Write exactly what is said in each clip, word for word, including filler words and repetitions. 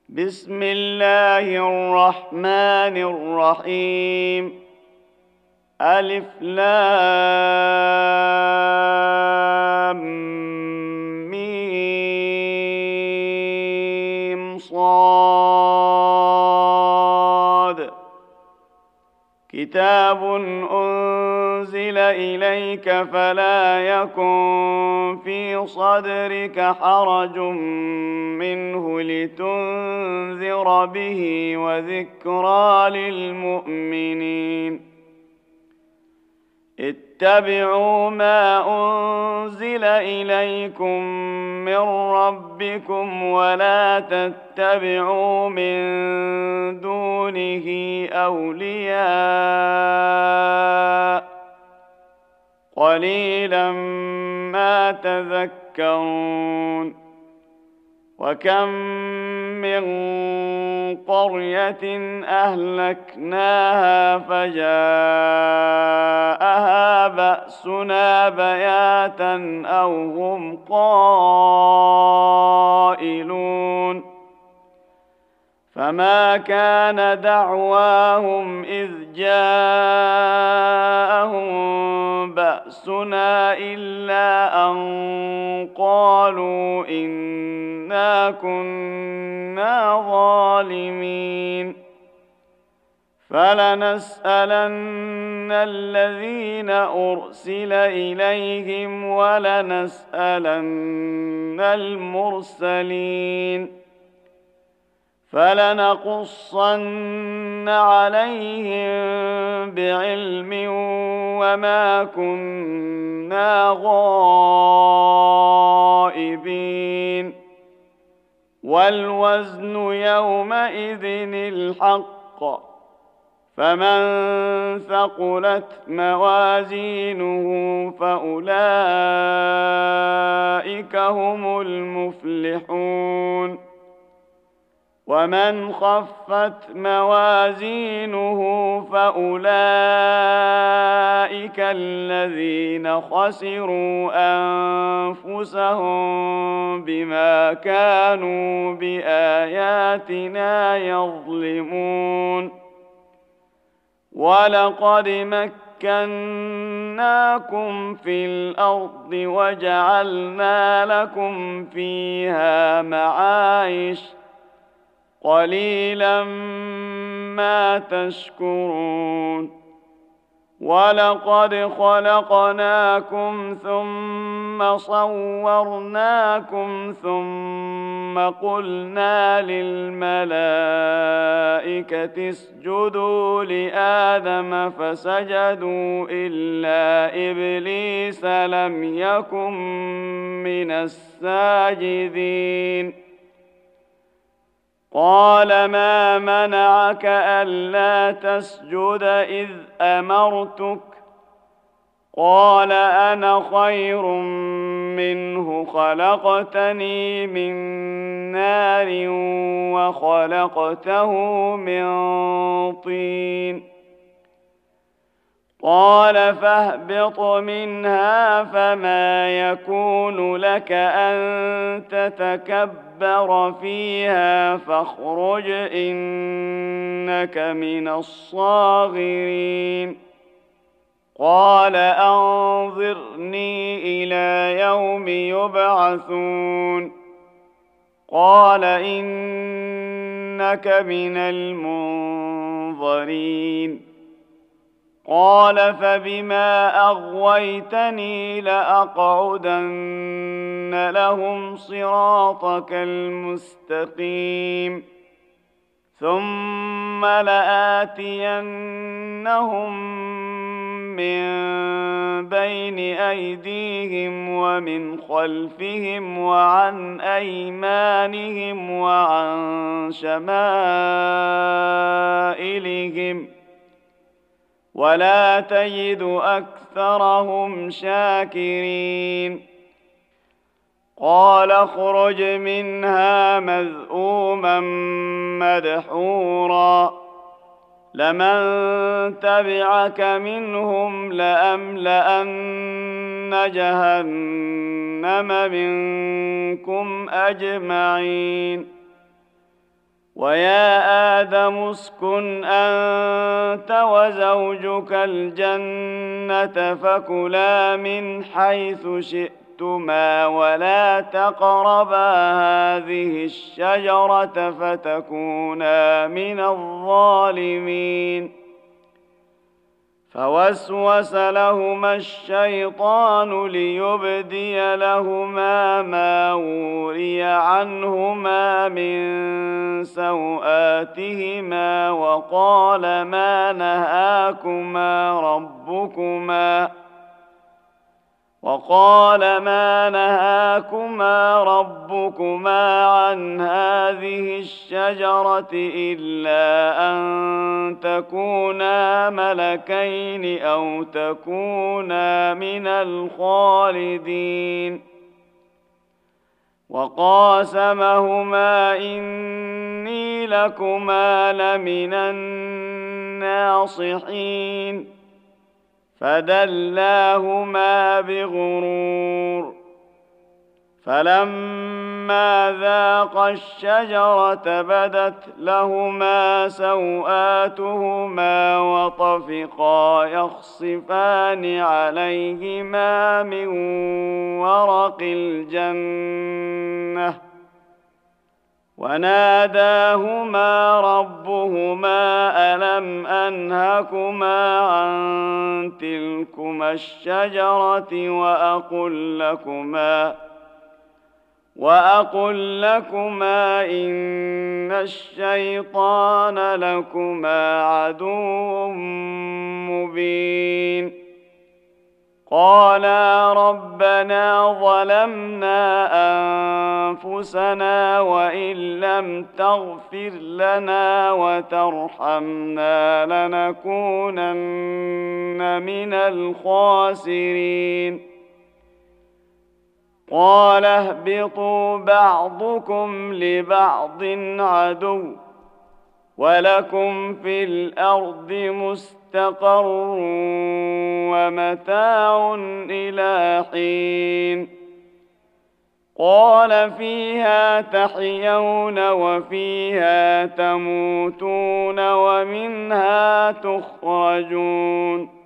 بسم الله الرحمن الرحيم. ألف لام ميم صاد. كتاب أنزل إليك فلا يكن في صدرك حرج منه لتنذر به وذكرى للمؤمنين. اتبعوا ما أنزل إليكم من ربكم ولا تتبعوا من دونه أولياء قليلا ما تذكرون. وكم من قرية أهلكناها فجاءها بأسنا بياتا أو هم قائلون. فما كان دعواهم إذ جاءهم بأسنا إلا أن قالوا إنا كنا ظالمين. فلنسألن الذين أرسل إليهم ولنسألن المرسلين. فلنقصن عليهم بعلم وما كنا غائبين. والوزن يومئذ الحق. فمن ثقلت موازينه فأولئك هم المفلحون. ومن خفت موازينه فأولئك الذين خسروا أنفسهم بما كانوا بآياتنا يظلمون. ولقد مكناكم في الأرض وجعلنا لكم فيها معايش قليلا ما تشكرون. ولقد خلقناكم ثم صورناكم ثم قلنا للملائكة اسجدوا لآدم فسجدوا إلا إبليس لم يكن من الساجدين. قال ما منعك ألا تسجد إذ أمرتك؟ قال أنا خير منه خلقتني من نار وخلقته من طين. قال فاهبط منها فما يكون لك أن تتكبر فيها فاخرج إنك من الصاغرين. قال أنظرني إلى يوم يبعثون. قال إنك من المنظرين. قال فبما أغويتني لأقعدن لهم صراطك المستقيم ثم لآتينهم من بين أيديهم ومن خلفهم وعن أيمانهم وعن شمائلهم ولا تجد أكثرهم شاكرين. قال اخرج منها مذءوما مدحورا لمن تبعك منهم لأملأن جهنم منكم أجمعين. ويا آدم اسكن أنت وزوجك الجنة فكلا من حيث شئتما ولا تقربا هذه الشجرة فتكونا من الظالمين فوسوس لهما الشيطان ليبدي لهما ما وري عنهما من سوآتهما وقال ما نهاكما ربكما وقال ما نهاكما ربكما عن هذه الشجرة إلا أن تكونا ملكين أو تكونا من الخالدين وقاسمهما إني لكما لمن الناصحين فدلاهما بغرور فلما ذاقا الشجرة بدت لهما سوآتهما وطفقا يخصفان عليهما من ورق الجنة وناداهما ربهما ألم أنهكما عن تلكما الشجرة وأقل لكما وأقل لكما إن الشيطان لكما عدو مبين قالا ربنا ظلمنا أنفسنا وإن لم تغفر لنا وترحمنا لنكونن من الخاسرين قال اهبطوا بعضكم لبعض عدو ولكم في الأرض مستقر ومتاع إلى حين قال فيها تحيون وفيها تموتون ومنها تخرجون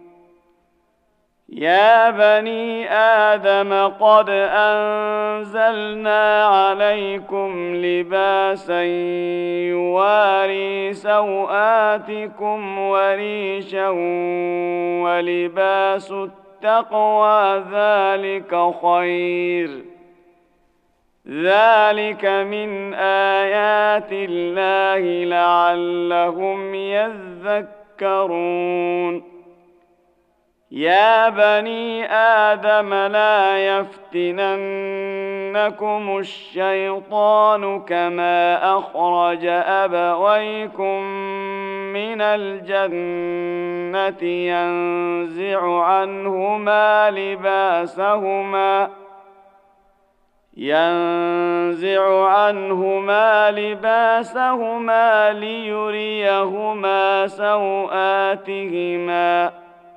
يا بني آدم قد أنزلنا عليكم لباسا يواري سوآتكم وريشا ولباس التقوى ذلك خير ذلك من آيات الله لعلهم يذكرون يا بني آدم لا يفتننكم الشيطان كما أخرج أبويكم من الجنة ينزع عنهما لباسهما ينزع عنهما لباسهما ليريهما سوآتهما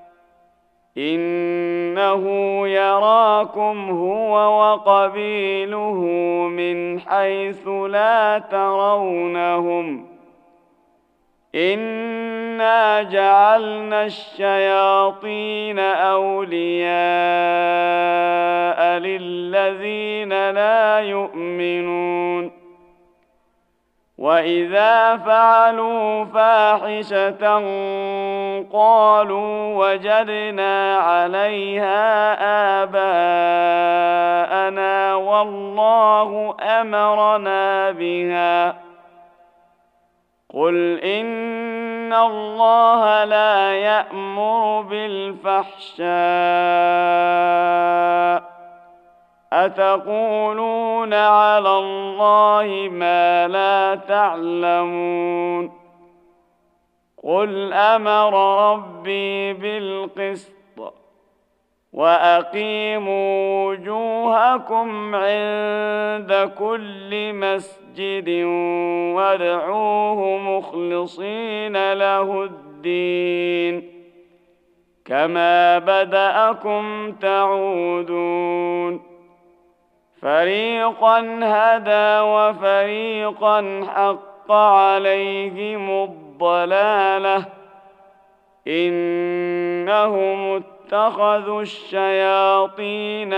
إنه يراكم هو وقبيله من حيث لا ترونهم إنا جعلنا الشياطين أولياء للذين لا يؤمنون وإذا فعلوا فاحشة قالوا وجدنا عليها آباءنا والله أمرنا بها قل إن الله لا يأمر بالفحشاء أتقولون على الله ما لا تعلمون قل أمر ربي بالقسط وأقيموا وجوهكم عند كل مسجد وادعوه مخلصين له الدين كما بدأكم تعودون فريقا هدى وفريقا حق حق عليهم الضلالة إنهم اتخذوا الشياطين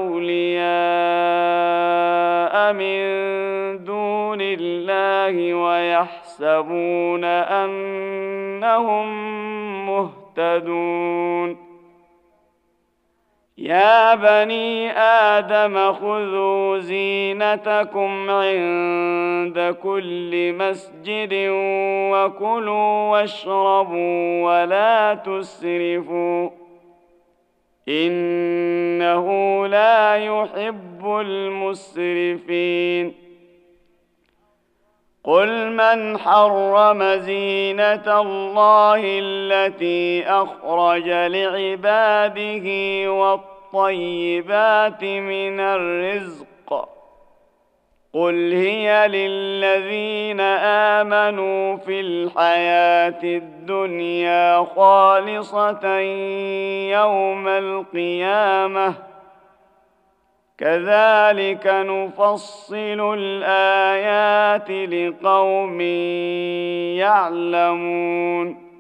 أولياء من دون الله ويحسبون أنهم مهتدون يا بني آدم خذوا زينتكم عند كل مسجد وكلوا واشربوا ولا تسرفوا إنه لا يحب المسرفين قل من حرم زينة الله التي أخرج لعباده والطيبات من الرزق قل هي للذين آمنوا في الحياة الدنيا خالصة يوم القيامة كذلك نفصل الآيات لقوم يعلمون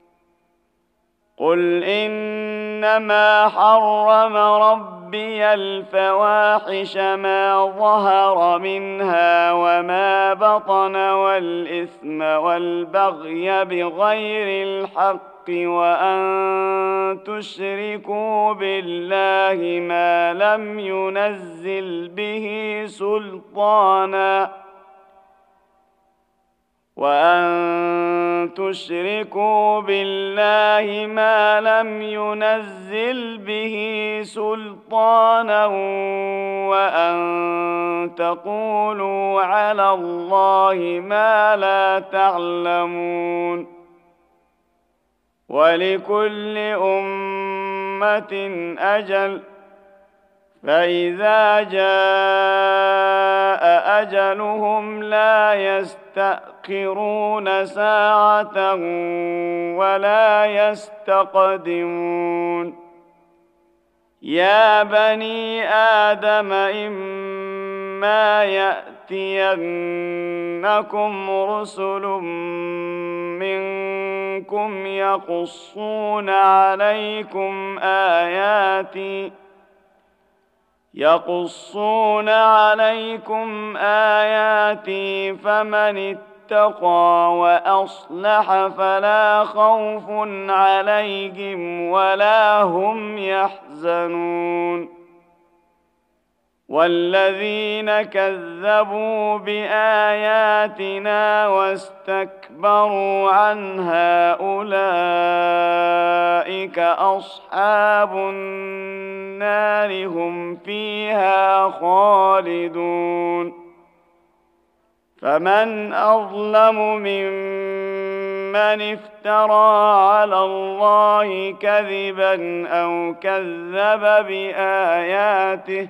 قل إنما حرم ربي الفواحش ما ظهر منها وما بطن والإثم والبغي بغير الحق وأن تشركوا بالله ما لم ينزل به سلطانا وأن تشركوا بالله ما لم ينزل به سلطانا وأن تقولوا على الله ما لا تعلمون ولكل أمة أجل فإذا جاء أجلهم لا يستأخرون ساعة ولا يستقدمون يا بني آدم إما يأتينكم رسل منكم يقصون عليكم آياتي يقصون عليكم آياتي فمن اتقى وأصلح فلا خوف عليهم ولا هم يحزنون والذين كذبوا بآياتنا واستكبروا عنها أولئك أصحاب النار هم فيها خالدون فمن أظلم ممن افترى على الله كذبا أو كذب بآياته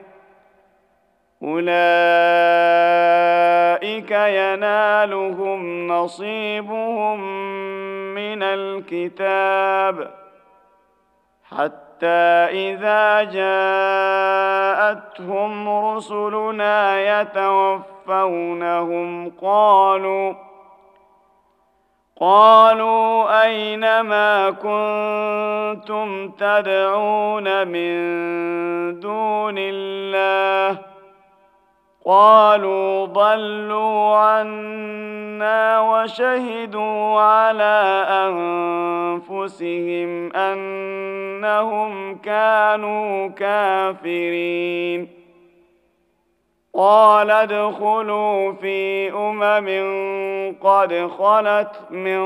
أولئك ينالهم نصيبهم من الكتاب حتى إذا جاءتهم رسلنا يتوفونهم قالوا قالوا أين ما كنتم تدعون من دون الله قالوا ضلوا عنا وشهدوا على أنفسهم أنهم كانوا كافرين قال ادخلوا في أمم قد خلت من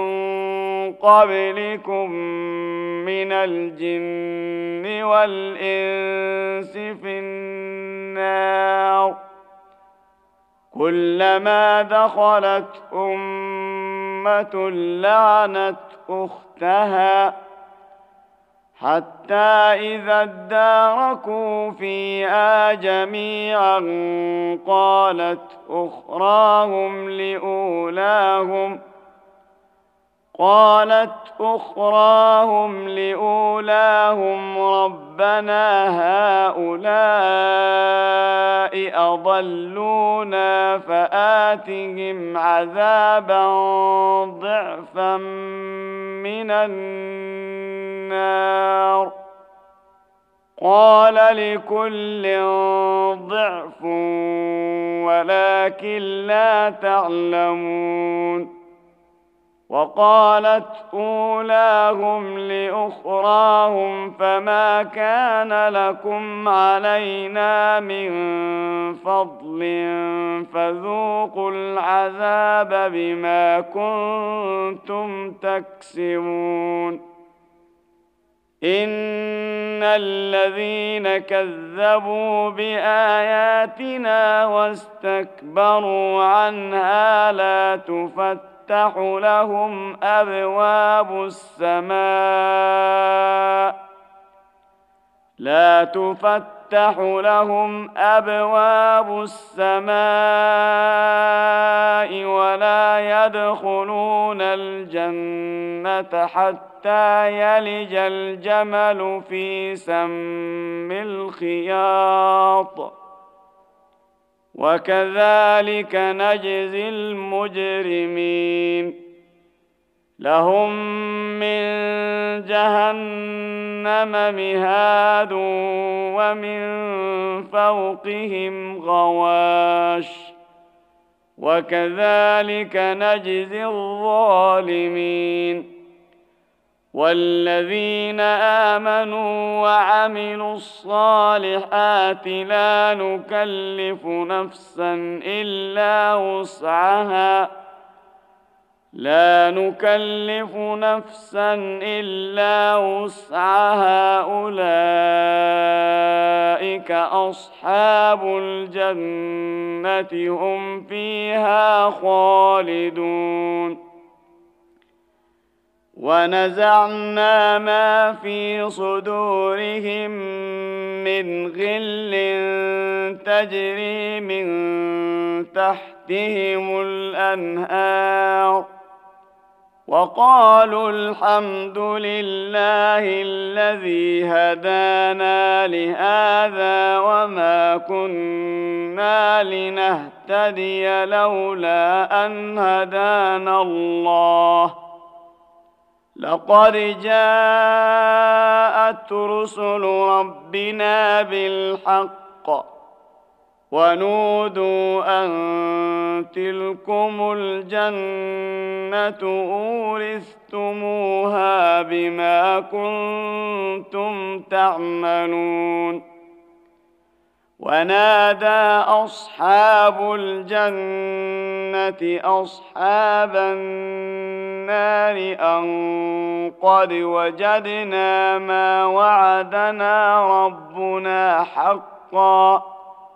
قبلكم من الجن والإنس في النار كلما دخلت أمة لعنت أختها حتى إذا اداركوا فيها جميعا قالت أخراهم لأولاهم قالت أخراهم لأولاهم ربنا هؤلاء أضلونا فآتهم عذابا ضعفا من النار قال لكل ضعف ولكن لا تعلمون وقالت أولاهم لأخراهم فما كان لكم علينا من فضل فذوقوا العذاب بما كنتم تكسبون إن الذين كذبوا بآياتنا واستكبروا عنها لا تفتح تفتح لهم أبواب السماء لا تفتح لهم أبواب السماء ولا يدخلون الجنة حتى يلج الجمل في سم الخياط وكذلك نجزي المجرمين لهم من جهنم مهاد ومن فوقهم غواش وكذلك نجزي الظالمين والذين آمنوا وعملوا الصالحات لا نكلف نفسا إلا وسعها لا نكلف نفسا إلا وسعها أولئك أصحاب الجنة هم فيها خالدون ونزعنا ما في صدورهم من غل تجري من تحتهم الأنهار وقالوا الحمد لله الذي هدانا لهذا وما كنا لنهتدي لولا أن هدانا الله لقد جاءت رسل ربنا بالحق ونودوا أن تلكم الجنة أورثتموها بما كنتم تعملون ونادى أصحاب الجنة أصحاب النار أن قد وجدنا ما وعدنا ربنا حقا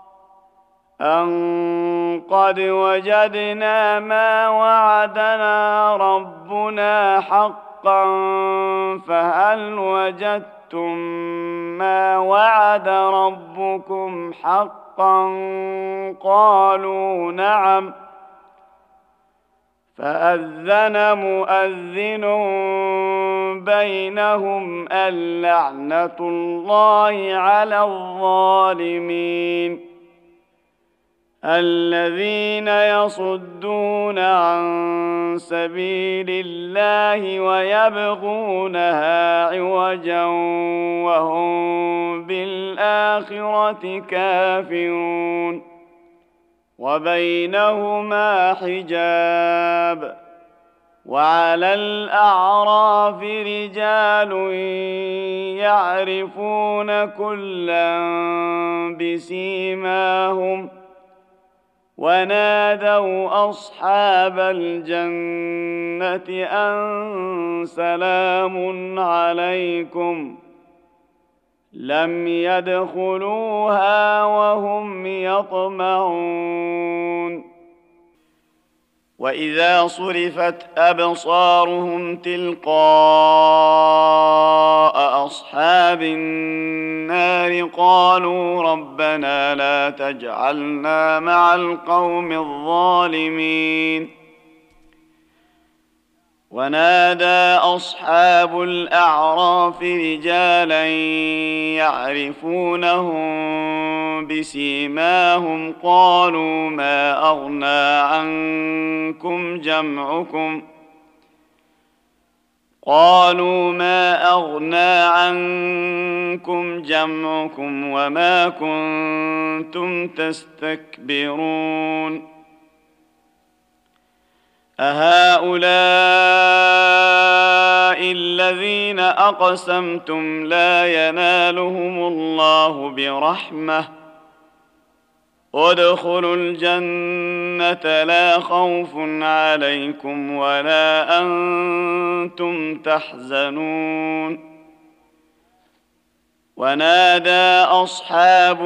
أن قد وجدنا ما وعدنا ربنا حقا فهل وجدتم ما وعد ربكم حقا قالوا نعم فأذن مؤذن بينهم اللعنة الله على الظالمين الذين يصدون عن سبيل الله ويبغونها عوجا وهم بالآخرة كافرون وبينهما حجاب وعلى الأعراف رجال يعرفون كلا بسيماهم ونادوا أصحاب الجنة أن سلام عليكم لم يدخلوها وهم يطمعون وإذا صرفت أبصارهم تلقاء أصحاب النار قالوا ربنا لا تجعلنا مع القوم الظالمين ونادى أصحاب الأعراف رجالا يعرفونهم بسيماهم قالوا ما أغنى عنكم جمعكم قالوا ما أغنى عنكم جمعكم وما كنتم تستكبرون أهؤلاء الذين أقسمتم لا ينالهم الله برحمة ادخلوا الجنة لا خوف عليكم ولا أنتم تحزنون ونادى أصحاب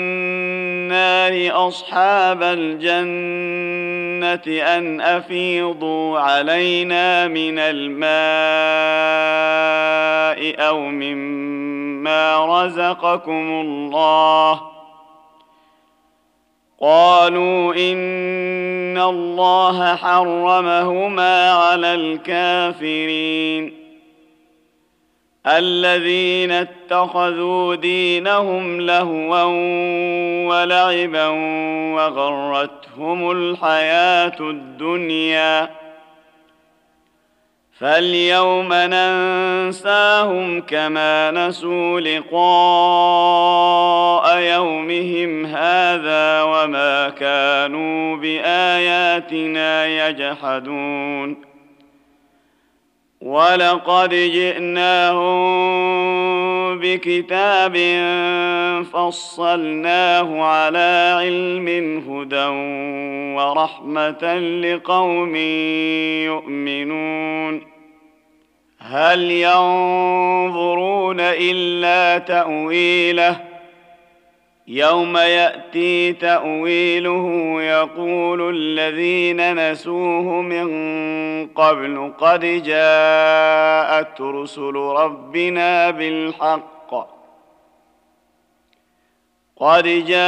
النار أصحاب الجنة أن أفيضوا علينا من الماء أو مما رزقكم الله قالوا إن الله حرمهما على الكافرين الذين اتخذوا دينهم لهوا ولعبا وغرتهم الحياة الدنيا فاليوم ننساهم كما نسوا لقاء يومهم هذا وما كانوا بآياتنا يجحدون ولقد جئناهم بكتاب فصلناه على علم هدى ورحمة لقوم يؤمنون هل ينظرون إلا تأويله يوم يأتي تأويله يقول الذين نسوه من قبل قد جاءت رسل ربنا بالحق قد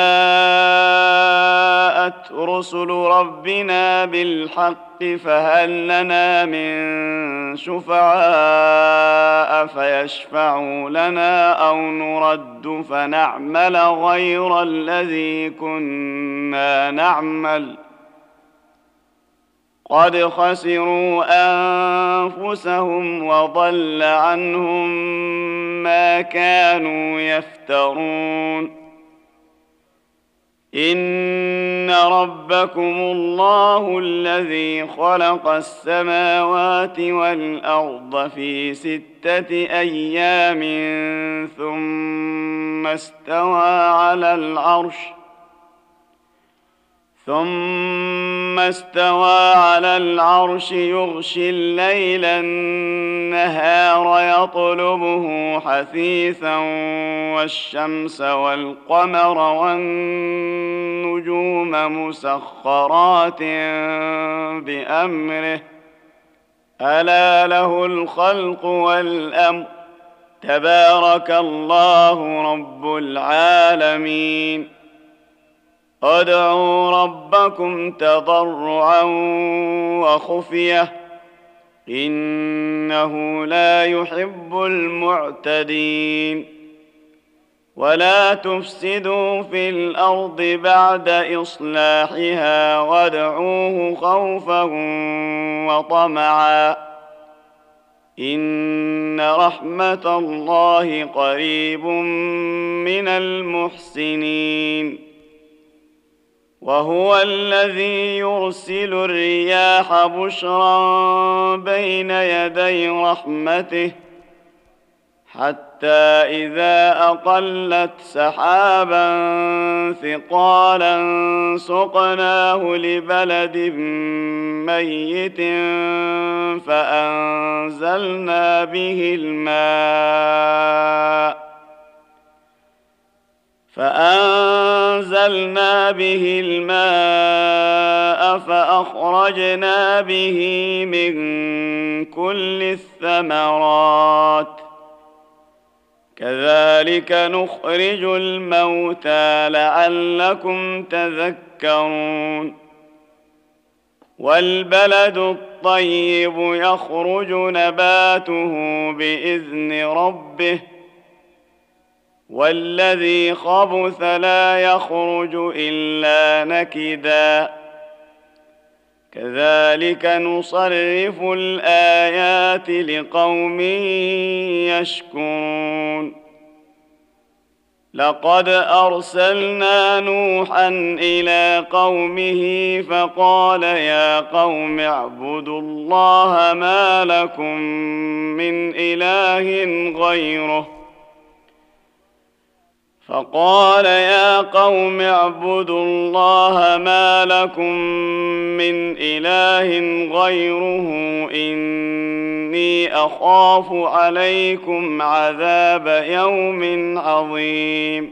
جاءت رسل ربنا بالحق فهل لنا من شفعاء فيشفعوا لنا أو نرد فنعمل غير الذي كنا نعمل قد خسروا أنفسهم وضل عنهم ما كانوا يفترون إن ربكم الله الذي خلق السماوات والأرض في ستة أيام ثم استوى على العرش ثم استوى على العرش يغشي الليل النهار يطلبه حثيثا والشمس والقمر والنجوم مسخرات بأمره ألا له الخلق والأمر تبارك الله رب العالمين ادعوا ربكم تضرعا وخفية إنه لا يحب المعتدين ولا تفسدوا في الأرض بعد إصلاحها وادعوه خوفا وطمعا إن رحمة الله قريب من المحسنين وهو الذي يرسل الرياح بشرا بين يدي رحمته حتى إذا أقلت سحابا ثقالا سقناه لبلد ميت فأنزلنا به الماء فأنزلنا به الماء فأخرجنا به من كل الثمرات كذلك نخرج الموتى لعلكم تذكرون والبلد الطيب يخرج نباته بإذن ربه والذي خبث لا يخرج إلا نكدا كذلك نصرف الآيات لقوم يشكرون لقد أرسلنا نوحا إلى قومه فقال يا قوم اعبدوا الله ما لكم من إله غيره فقال يا قوم اعبدوا الله ما لكم من إله غيره إني أخاف عليكم عذاب يوم عظيم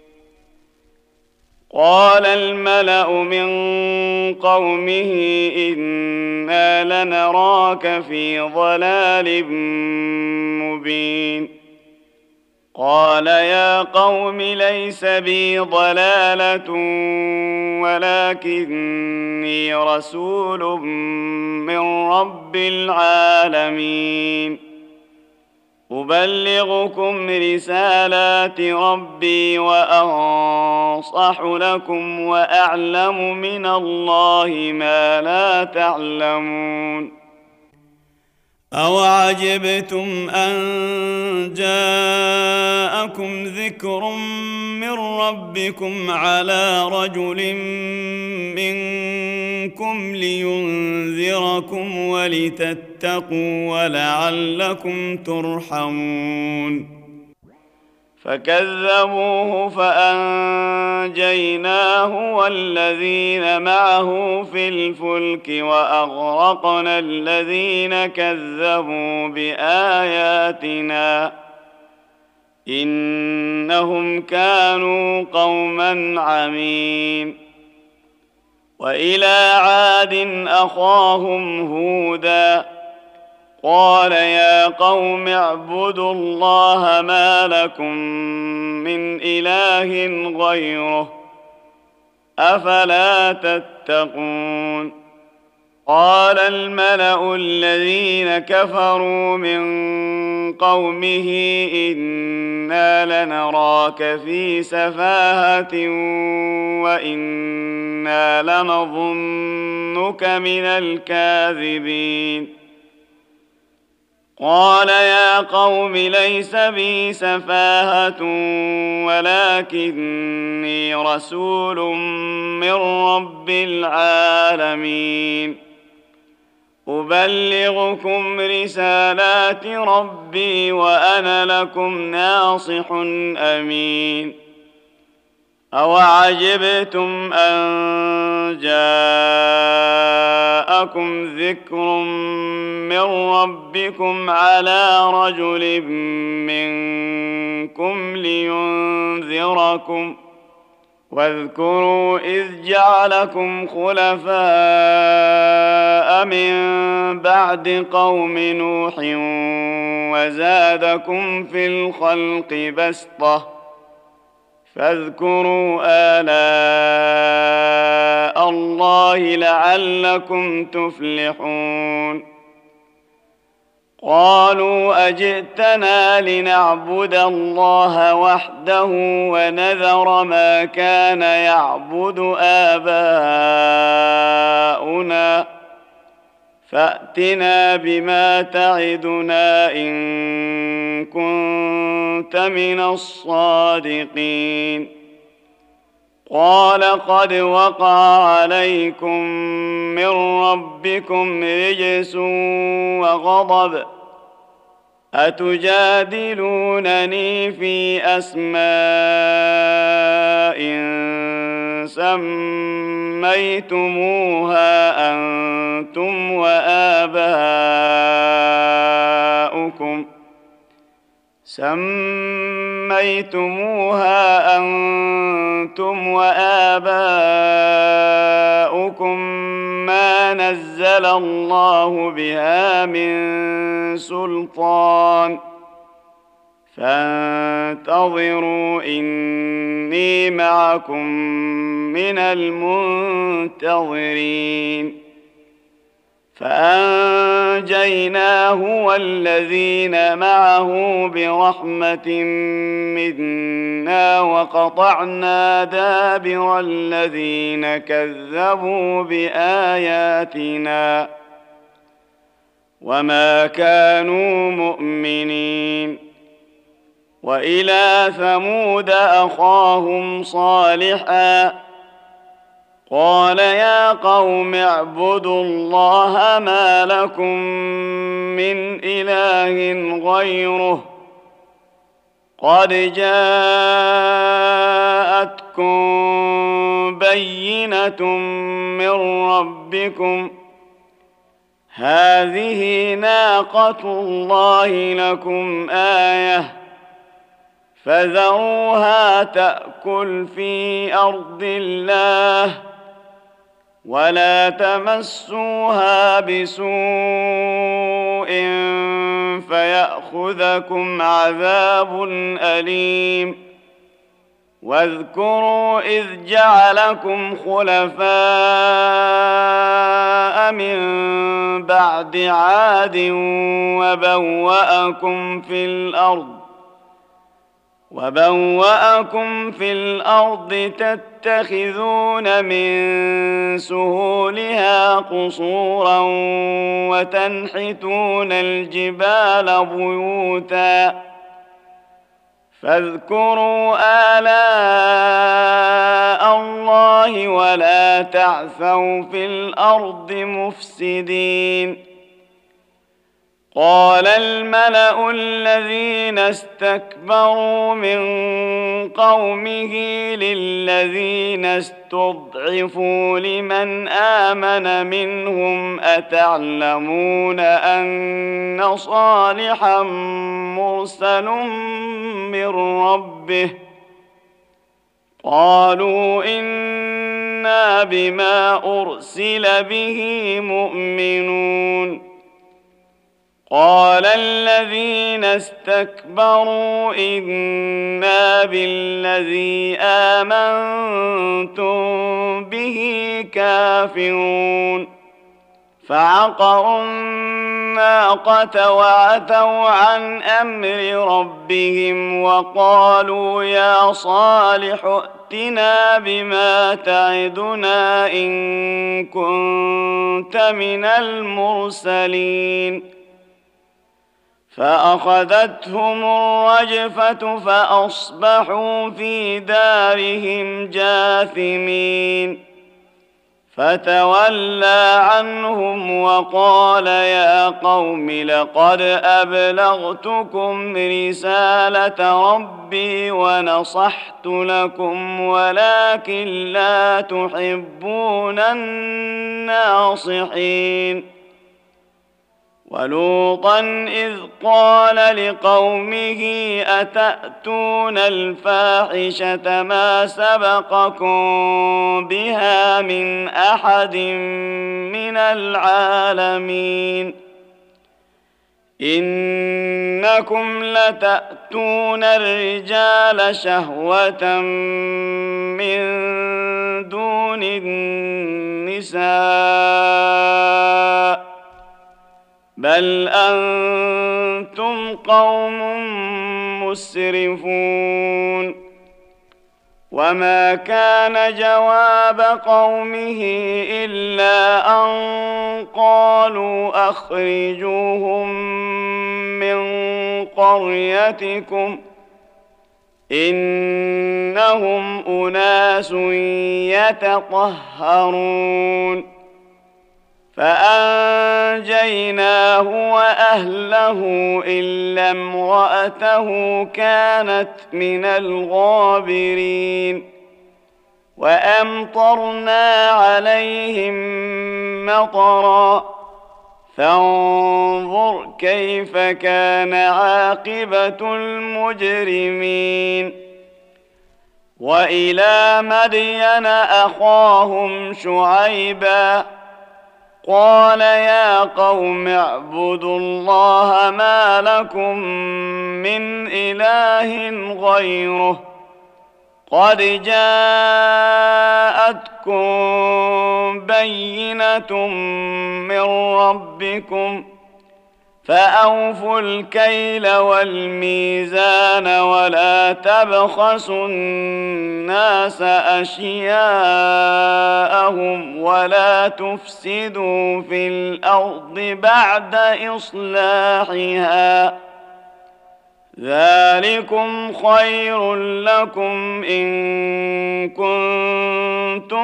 قال الملأ من قومه إنا لنراك في ضلال مبين قال يا قوم ليس بي ضلالة ولكني رسول من رب العالمين أبلغكم رسالات ربي وأنصح لكم وأعلم من الله ما لا تعلمون أوعجبتم أن جاءكم ذكر من ربكم على رجل منكم لينذركم ولتتقوا ولعلكم ترحمون فكذبوه فأنجيناه والذين معه في الفلك وأغرقنا الذين كذبوا بآياتنا إنهم كانوا قوما عمين وإلى عاد أخاهم هودا قال يا قوم اعبدوا الله ما لكم من إله غيره أفلا تتقون قال الملأ الذين كفروا من قومه إنا لنراك في سفاهة وإنا لنظنك من الكاذبين قال يا قوم ليس بي سفاهة ولكني رسول من رب العالمين أبلغكم رسالات ربي وأنا لكم ناصح أمين أوعجبتم أن جاءكم ذكر من ربكم على رجل منكم لينذركم واذكروا إذ جعلكم خلفاء من بعد قوم نوح وزادكم في الخلق بسطة فاذكروا آلاء الله لعلكم تفلحون قالوا أجئتنا لنعبد الله وحده ونذر ما كان يعبد آباؤنا فأتنا بما تعدنا إن كنت من الصادقين قال قد وقع عليكم من ربكم رجس وغضب أتجادلونني في أسماء سميتموها أنتم وآباؤكم سميتموها أنتم وآباؤكم ما نزل الله بها من سلطان فانتظروا إني معكم من المنتظرين فأنجيناه والذين معه برحمة منا وقطعنا دابر الذين كذبوا بآياتنا وما كانوا مؤمنين. وإلى ثمود أخاهم صالحا قال يا قوم اعبدوا الله ما لكم من إله غيره قد جاءتكم بينة من ربكم هذه ناقة الله لكم آية فذروها تأكل في أرض الله ولا تمسوها بسوء فيأخذكم عذاب أليم. واذكروا إذ جعلكم خلفاء من بعد عاد وبوأكم في الأرض وبوأكم في الأرض تتخذون من سهولها قصورا وتنحتون الجبال بيوتا فاذكروا آلاء الله ولا تعثوا في الأرض مفسدين. قال الملأ الذين استكبروا من قومه للذين استضعفوا لمن آمن منهم أتعلمون أن صالحا مرسل من ربه قالوا إنا بما أرسل به مؤمنون. قال الذين استكبروا إنا بالذي آمنتم به كافرون. فعقروا الناقة وعتوا عن أمر ربهم وقالوا يا صالح ائتنا بما تعدنا إن كنت من المرسلين. فأخذتهم الرجفة فأصبحوا في دارهم جاثمين. فتولى عنهم وقال يا قوم لقد أبلغتكم رسالة ربي ونصحت لكم ولكن لا تحبون الناصحين. ولوطا إذ قال لقومه أتأتون الفاحشة ما سبقكم بها من أحد من العالمين إنكم لتأتون الرجال شهوة من دون النساء بل أنتم قوم مسرفون. وما كان جواب قومه إلا أن قالوا أخرجوهم من قريتكم إنهم أناس يتطهرون. فأنجيناه وأهله إلا امرأته كانت من الغابرين. وأمطرنا عليهم مطرا فانظر كيف كان عاقبة المجرمين. وإلى مدين أخاهم شعيبا قال يا قوم اعبدوا الله ما لكم من إله غيره قد جاءتكم بينة من ربكم فأوفوا الكيل والميزان ولا تبخسوا الناس أشياءهم ولا تفسدوا في الأرض بعد إصلاحها ذلكم خير لكم إن كنتم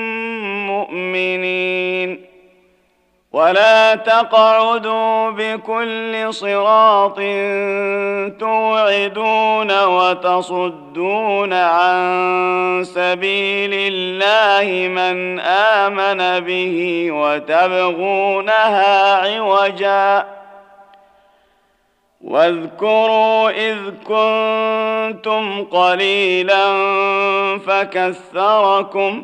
مؤمنين ولا تقعدوا بكل صراط توعدون وتصدون عن سبيل الله من آمن به وتبغونها عوجا واذكروا إذ كنتم قليلا فكثركم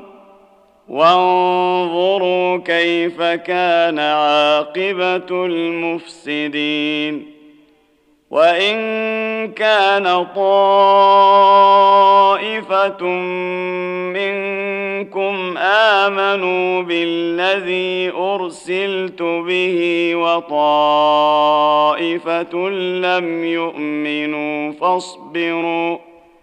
وانظروا كيف كان عاقبة المفسدين وإن كان طائفة منكم آمنوا بالذي أرسلت به وطائفة لم يؤمنوا فاصبروا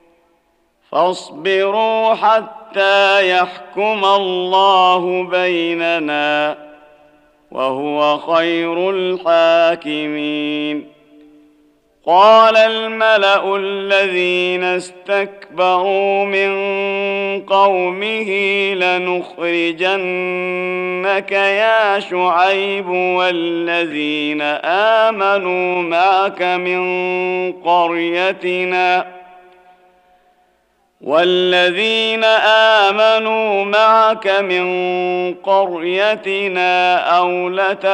فاصبروا حتى يحكم الله بيننا وهو خير الحاكمين قال الملأ الذين استكبروا من قومه لنخرجنك يا شعيب والذين آمنوا معك من قريتنا والذين آمنوا معك من قريتنا أو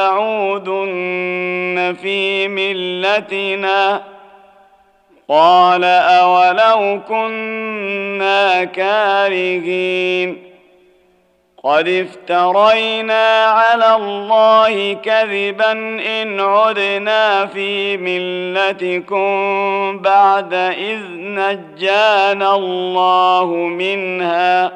لتعودن في ملتنا قال أولو كنا كارهين قد افترينا على الله كذبا إن عدنا في ملتكم بعد إذ نجانا الله منها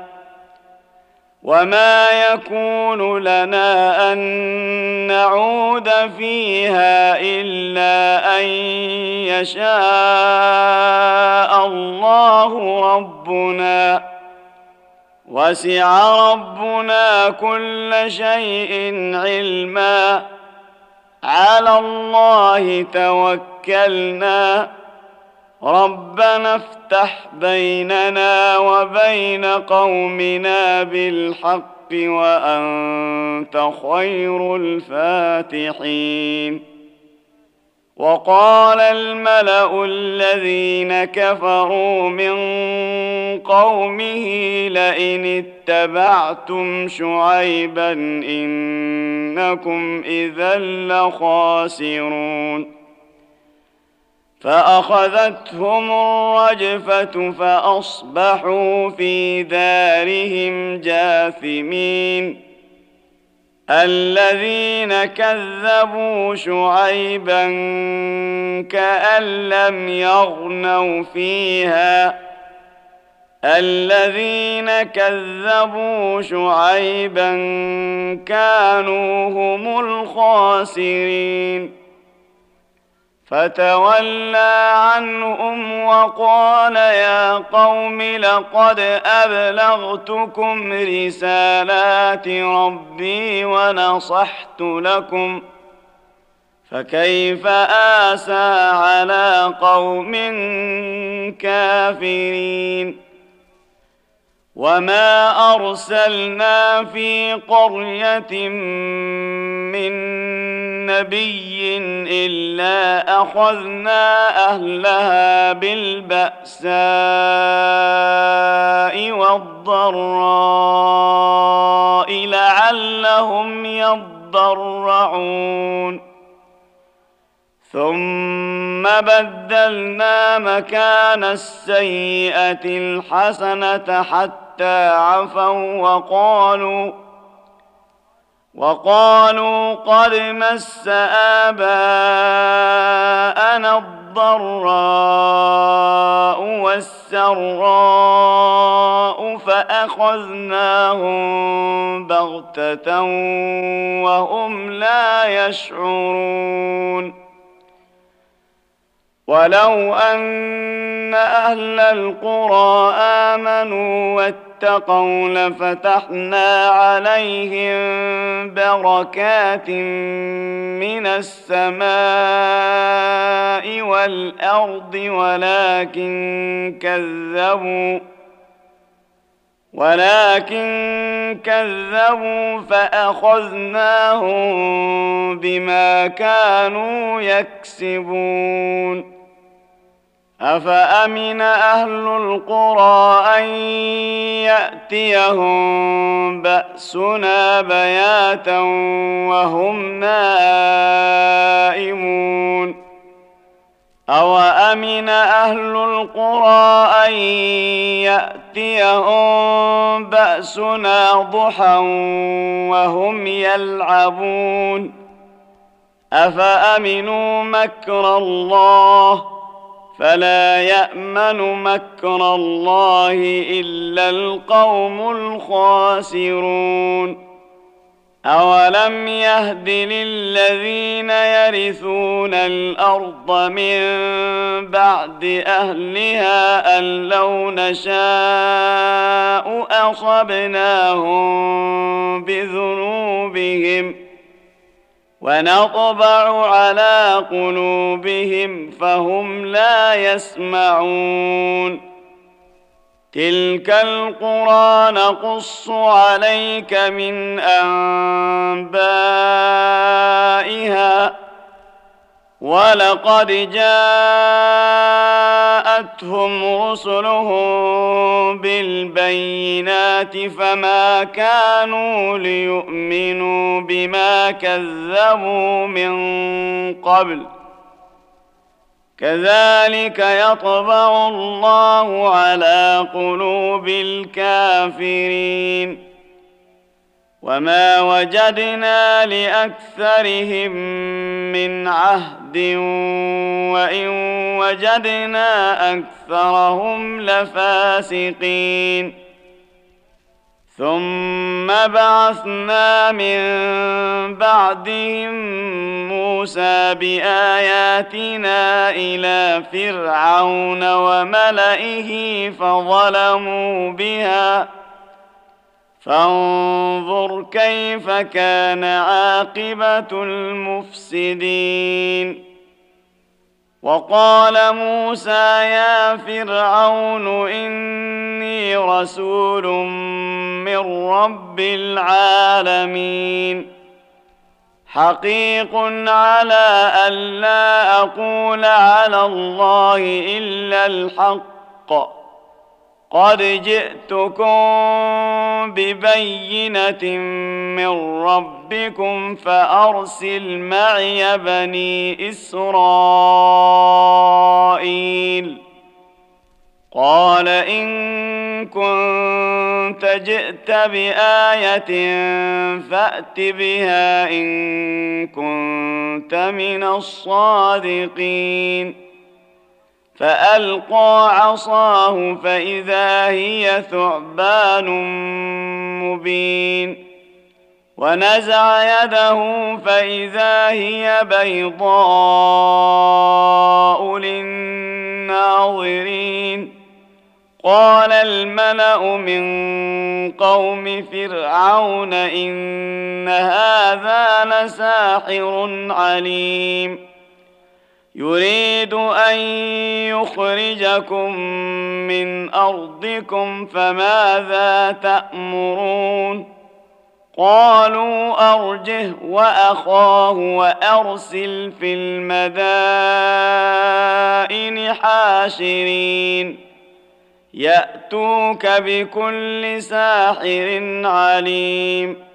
وما يكون لنا أن نعود فيها إلا أن يشاء الله ربنا وسع ربنا كل شيء علما على الله توكلنا ربنا افتح بيننا وبين قومنا بالحق وأنت خير الفاتحين وقال الملأ الذين كفروا من قومه لئن اتبعتم شعيبا إنكم إذا لخاسرون فأخذتهم الرجفة فأصبحوا في دارهم جاثمين الذين كذبوا شعيبا كأن لم يغنوا فيها الذين كذبوا شعيبا كانوا هم الخاسرين فتولى عنهم وقال يا قوم لقد أبلغتكم رسالات ربي ونصحت لكم فكيف آسى على قوم كافرين وما أرسلنا في قرية من نبي إلا أخذنا أهلها بالبأساء والضراء لعلهم يضرعون ثم بدلنا مكان السيئة الحسنة حتى عفوا وقالوا وقالوا قد مس آباءنا الضراء والسراء فأخذناهم بغتة وهم لا يشعرون ولو أن أهل القرى آمنوا واتقوا لفتحنا عليهم بركات من السماء والأرض ولكن كذبوا ولكن كذبوا فأخذناهم بما كانوا يكسبون أفأمن أهل القرى أن يأتيهم بأسنا بياتا وهم نائمون أوأمن أهل القرى أن يأتيهم بأسنا ضحى وهم يلعبون أفأمنوا مكر الله فلا يأمن مكر الله إلا القوم الخاسرون أولم يهد للذين يرثون الأرض من بعد أهلها أن لو نشاء أصبناهم بذنوبهم ونطبع على قلوبهم فهم لا يسمعون تلك القرى نقص عليك من أنبائها ولقد جاءتهم رسلهم بالبينات فما كانوا ليؤمنوا بما كذبوا من قبل كذلك يطبع الله على قلوب الكافرين وما وجدنا لأكثرهم من عهد وإن وجدنا أكثرهم لفاسقين ثم بعثنا من بعدهم موسى بآياتنا إلى فرعون وملئه فظلموا بها فانظر كيف كان عاقبة المفسدين وقال موسى يا فرعون إني رسول من رب العالمين حقيق على ألا أقول على الله إلا الحق قد جئتكم ببينة من ربكم فأرسل معي بني إسرائيل قال إن كنت جئت بآية فأت بها إن كنت من الصادقين فألقى عصاه فإذا هي ثعبان مبين ونزع يده فإذا هي بيضاء للناظرين قال الملأ من قوم فرعون إن هذا لساحر عليم يريد أن يخرجكم من أرضكم فماذا تأمرون قالوا أرجه وأخاه وأرسل في المدائن حاشرين يأتوك بكل ساحر عليم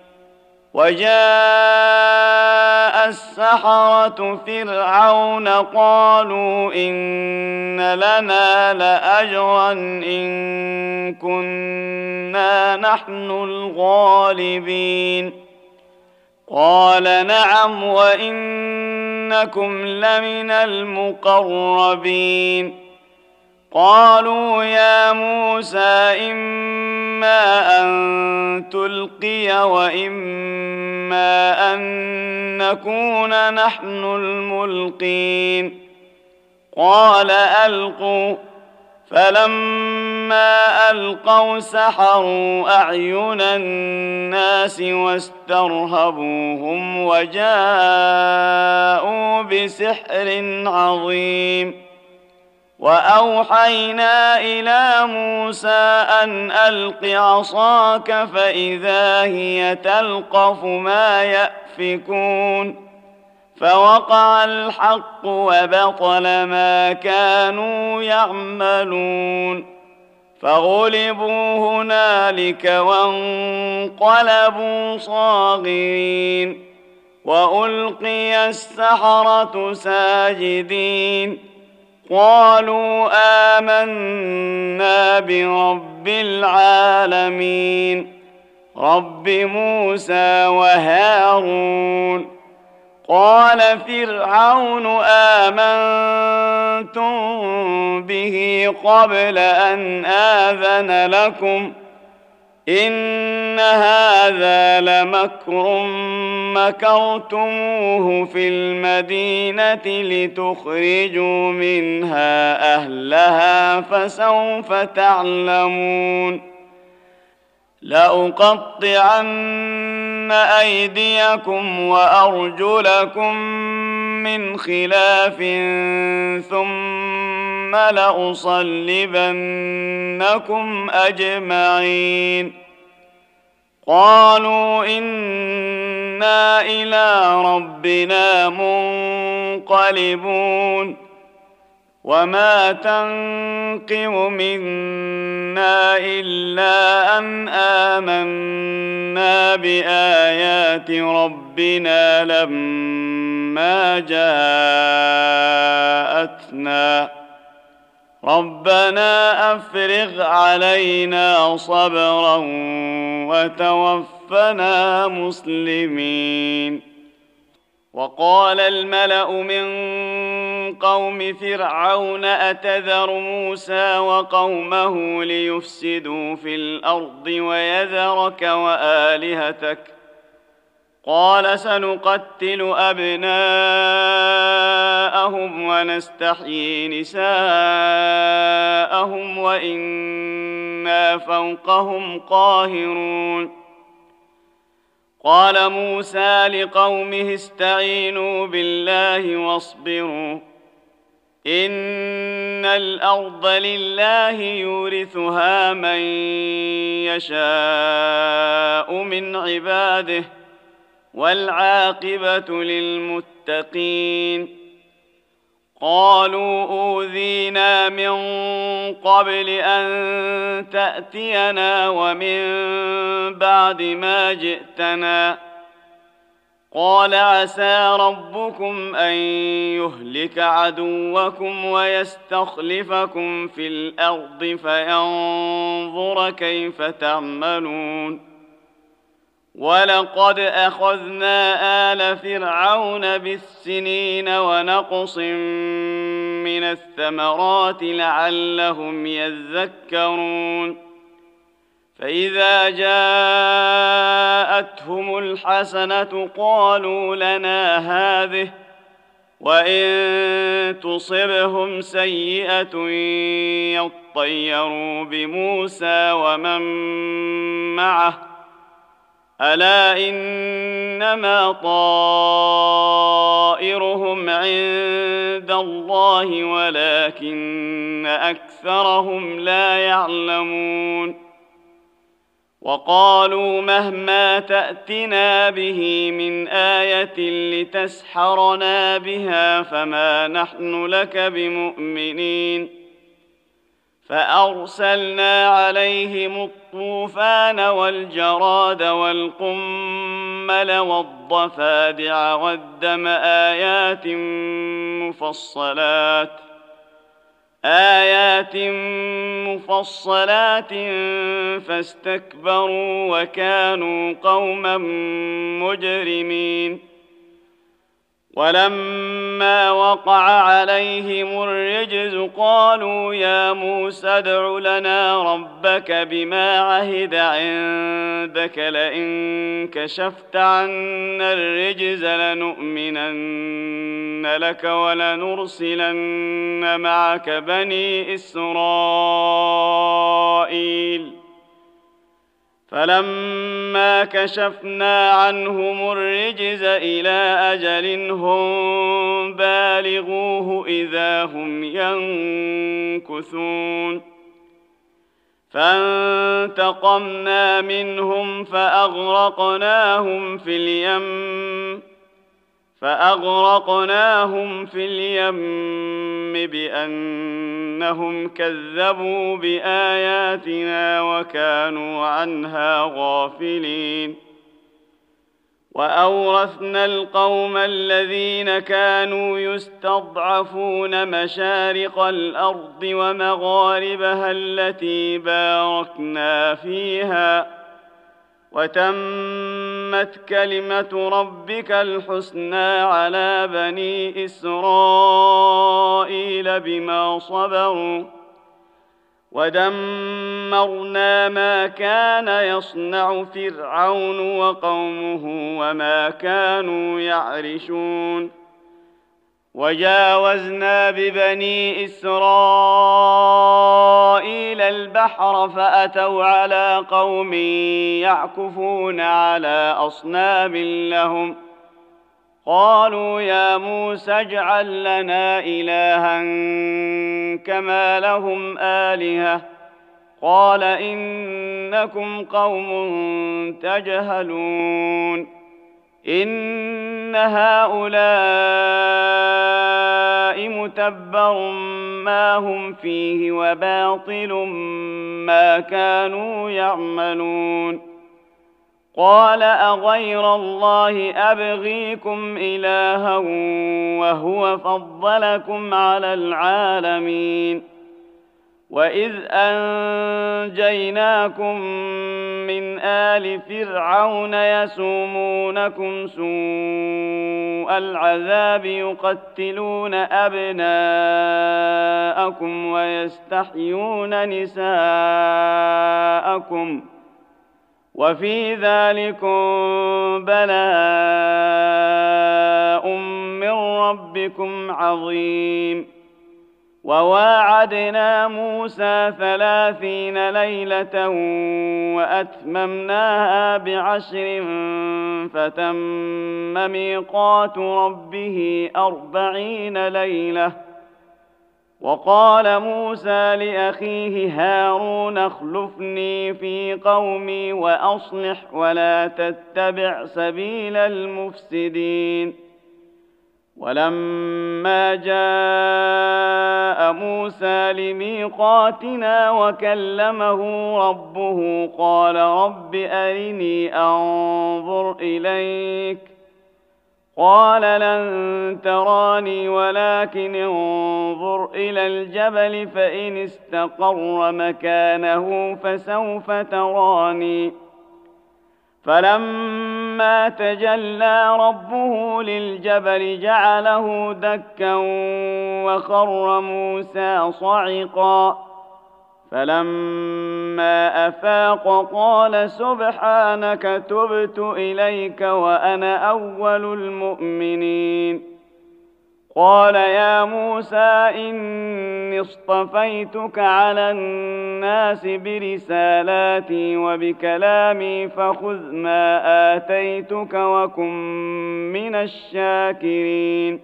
وجاء السحرة فرعون قالوا إن لنا لأجرا إن كنا نحن الغالبين قال نعم وإنكم لمن المقربين قالوا يا موسى إما أن تلقي وإما أن نكون نحن الملقين قال ألقوا فلما ألقوا سحروا أعين الناس واسترهبوهم وجاءوا بسحر عظيم وأوحينا إلى موسى أن ألق عصاك فإذا هي تلقف ما يأفكون فوقع الحق وبطل ما كانوا يعملون فغلبوا هنالك وانقلبوا صاغرين وألقي السحرة ساجدين قالوا آمنا برب العالمين رب موسى وهارون قال فرعون آمنتم به قبل أن آذن لكم إن هذا لمكر مكرتموه في المدينة لتخرجوا منها أهلها فسوف تعلمون لأقطعن أيديكم وأرجلكم من خلاف ثم لأصلبنكم أجمعين قالوا إنا إلى ربنا منقلبون وما تنقم منا إلا أن آمنا بآيات ربنا لما جاءتنا ربنا أفرغ علينا صبرا وتوفنا مسلمين وقال الملأ من قوم فرعون أتذر موسى وقومه ليفسدوا في الأرض ويذرك وآلهتك قال سنقتل أبناءهم ونستحيي نساءهم وإنا فوقهم قاهرون قال موسى لقومه استعينوا بالله واصبروا إن الأرض لله يورثها من يشاء من عباده والعاقبة للمتقين قالوا أوذينا من قبل أن تأتينا ومن بعد ما جئتنا قال عسى ربكم أن يهلك عدوكم ويستخلفكم في الأرض فينظر كيف تعملون ولقد أخذنا آل فرعون بالسنين ونقص من الثمرات لعلهم يذكرون فإذا جاءتهم الحسنة قالوا لنا هذه وإن تصبهم سيئة يطيروا بموسى ومن معه ألا إنما طائرهم عند الله ولكن أكثرهم لا يعلمون وقالوا مهما تأتنا به من آية لتسحرنا بها فما نحن لك بمؤمنين فأرسلنا عليهم الطوفان والجراد والقمل والضفادع والدم آيات مفصلات آيات مفصلات فاستكبروا وكانوا قوما مجرمين ولما فلما وقع عليهم الرجز قالوا يا موسى ادع لنا ربك بما عهد عندك لئن كشفت عنا الرجز لنؤمنن لك ولنرسلن معك بني إسرائيل فلما كشفنا عنهم الرجز إلى أجل هم بالغوه إذا هم ينكثون فانتقمنا منهم فأغرقناهم في اليم فأغرقناهم في اليم بأنهم كذبوا بآياتنا وكانوا عنها غافلين وأورثنا القوم الذين كانوا يستضعفون مشارق الأرض ومغاربها التي باركنا فيها وتمت كلمة ربك الحسنى على بني إسرائيل بما صبروا ودمرنا ما كان يصنع فرعون وقومه وما كانوا يعرشون وجاوزنا ببني إسرائيل البحر فأتوا على قوم يعكفون على أصنام لهم قالوا يا موسى اجعل لنا إلها كما لهم آلهة قال إنكم قوم تجهلون إن هؤلاء متبر ما هم فيه وباطل ما كانوا يعملون قال أغير الله أبغيكم إلها وهو فضلكم على العالمين وإذ أنجيناكم من آل فرعون يسومونكم سوء العذاب يقتلون أبناءكم ويستحيون نساءكم وفي ذلكم بلاء من ربكم عظيم وواعدنا موسى ثلاثين ليلة وأتممناها بعشر فتم ميقات ربه أربعين ليلة وقال موسى لأخيه هارون اخلفني في قومي وأصلح ولا تتبع سبيل المفسدين ولما جاء موسى لميقاتنا وكلمه ربه قال رب أرني أنظر إليك قال لن تراني ولكن انظر إلى الجبل فإن استقر مكانه فسوف تراني فلما تجلى ربه للجبل جعله دكا وخر موسى صعقا فلما أفاق قال سبحانك تبت إليك وأنا أول المؤمنين قال يا موسى إني اصطفيتك على الناس برسالاتي وبكلامي فخذ ما آتيتك وكن من الشاكرين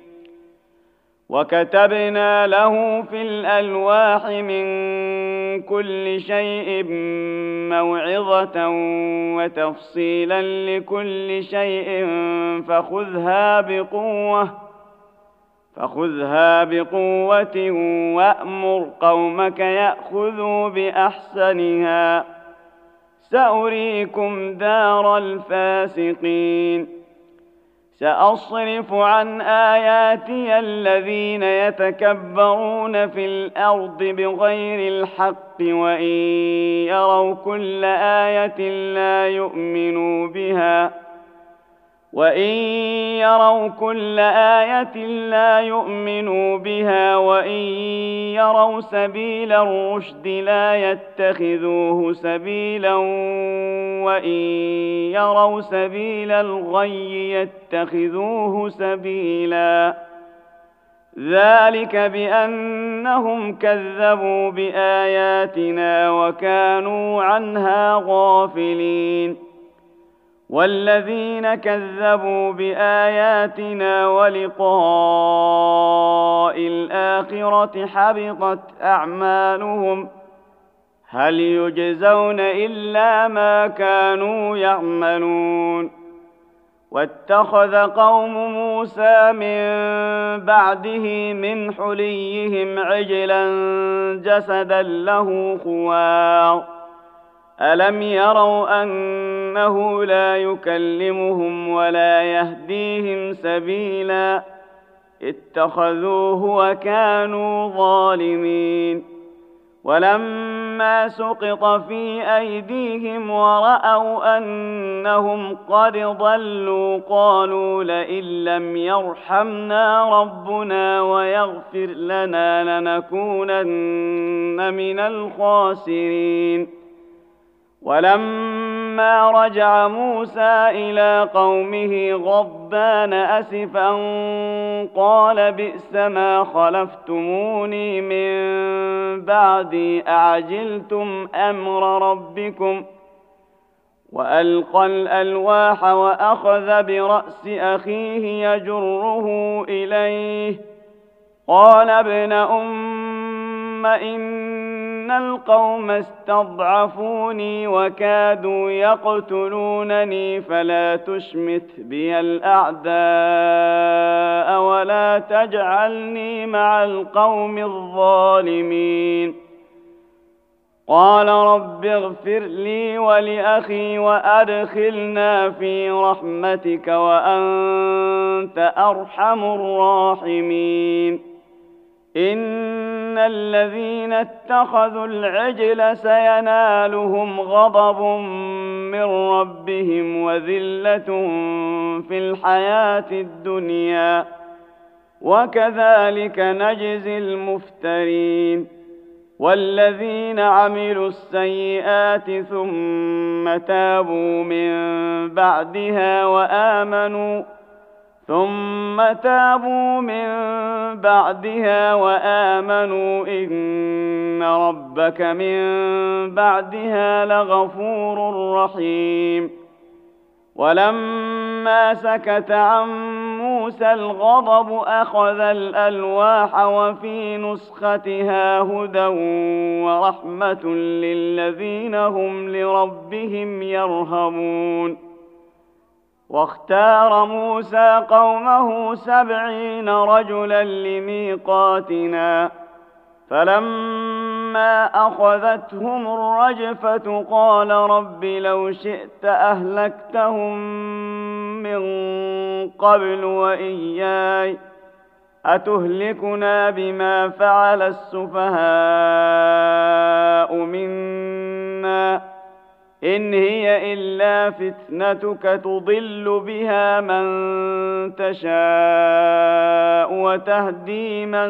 وكتبنا له في الألواح من كل شيء موعظة وتفصيلا لكل شيء فخذها بقوة فخذها بقوة وأمر قومك يأخذوا بأحسنها سأريكم دار الفاسقين سأصرف عن آياتي الذين يتكبرون في الأرض بغير الحق وإن يروا كل آية لا يؤمنوا بها وإن يروا كل آية لا يؤمنوا بها وإن يروا سبيل الرشد لا يتخذوه سبيلا وإن يروا سبيل الغي يتخذوه سبيلا ذلك بأنهم كذبوا بآياتنا وكانوا عنها غافلين والذين كذبوا بآياتنا ولقاء الآخرة حبطت أعمالهم هل يجزون إلا ما كانوا يعملون واتخذ قوم موسى من بعده من حليهم عجلا جسدا له خوار ألم يروا أنه لا يكلمهم ولا يهديهم سبيلا اتخذوه وكانوا ظالمين ولما سقط في أيديهم ورأوا أنهم قد ضلوا قالوا لئن لم يرحمنا ربنا ويغفر لنا لنكونن من الخاسرين ولما رجع موسى إلى قومه غضبان أسفا قال بئس ما خلفتموني من بعدي أعجلتم أمر ربكم وألقى الألواح وأخذ برأس أخيه يجره إليه قال ابن أم إن القوم استضعفوني وكادوا يقتلونني فلا تشمت بي الأعداء ولا تجعلني مع القوم الظالمين قال رب اغفر لي ولأخي وأدخلنا في رحمتك وأنت أرحم الراحمين إن الذين اتخذوا العجل سينالهم غضب من ربهم وذلة في الحياة الدنيا وكذلك نجزي المفترين والذين عملوا السيئات ثم تابوا من بعدها وآمنوا ثم تابوا من بعدها وآمنوا إن ربك من بعدها لغفور رحيم ولما سكت عن موسى الغضب أخذ الألواح وفي نسختها هدى ورحمة للذين هم لربهم يرهبون واختار موسى قومه سبعين رجلا لميقاتنا فلما أخذتهم الرجفة قال رب لو شئت أهلكتهم من قبل وإياي أتهلكنا بما فعل السفهاء منا إن هي إلا فتنتك تضل بها من تشاء وتهدي من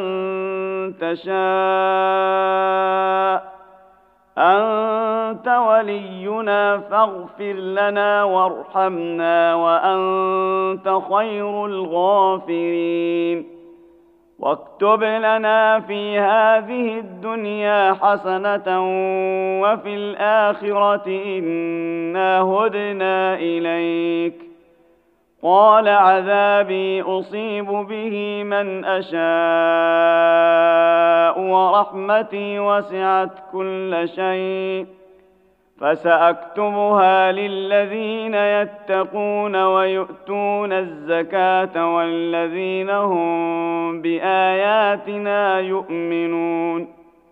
تشاء أنت ولينا فاغفر لنا وارحمنا وأنت خير الغافرين واكتب لنا في هذه الدنيا حسنة وفي الآخرة إنا هدنا إليك قال عذابي أصيب به من أشاء ورحمتي وسعت كل شيء فسأكتبها للذين يتقون ويؤتون الزكاة والذين هم بآياتنا يؤمنون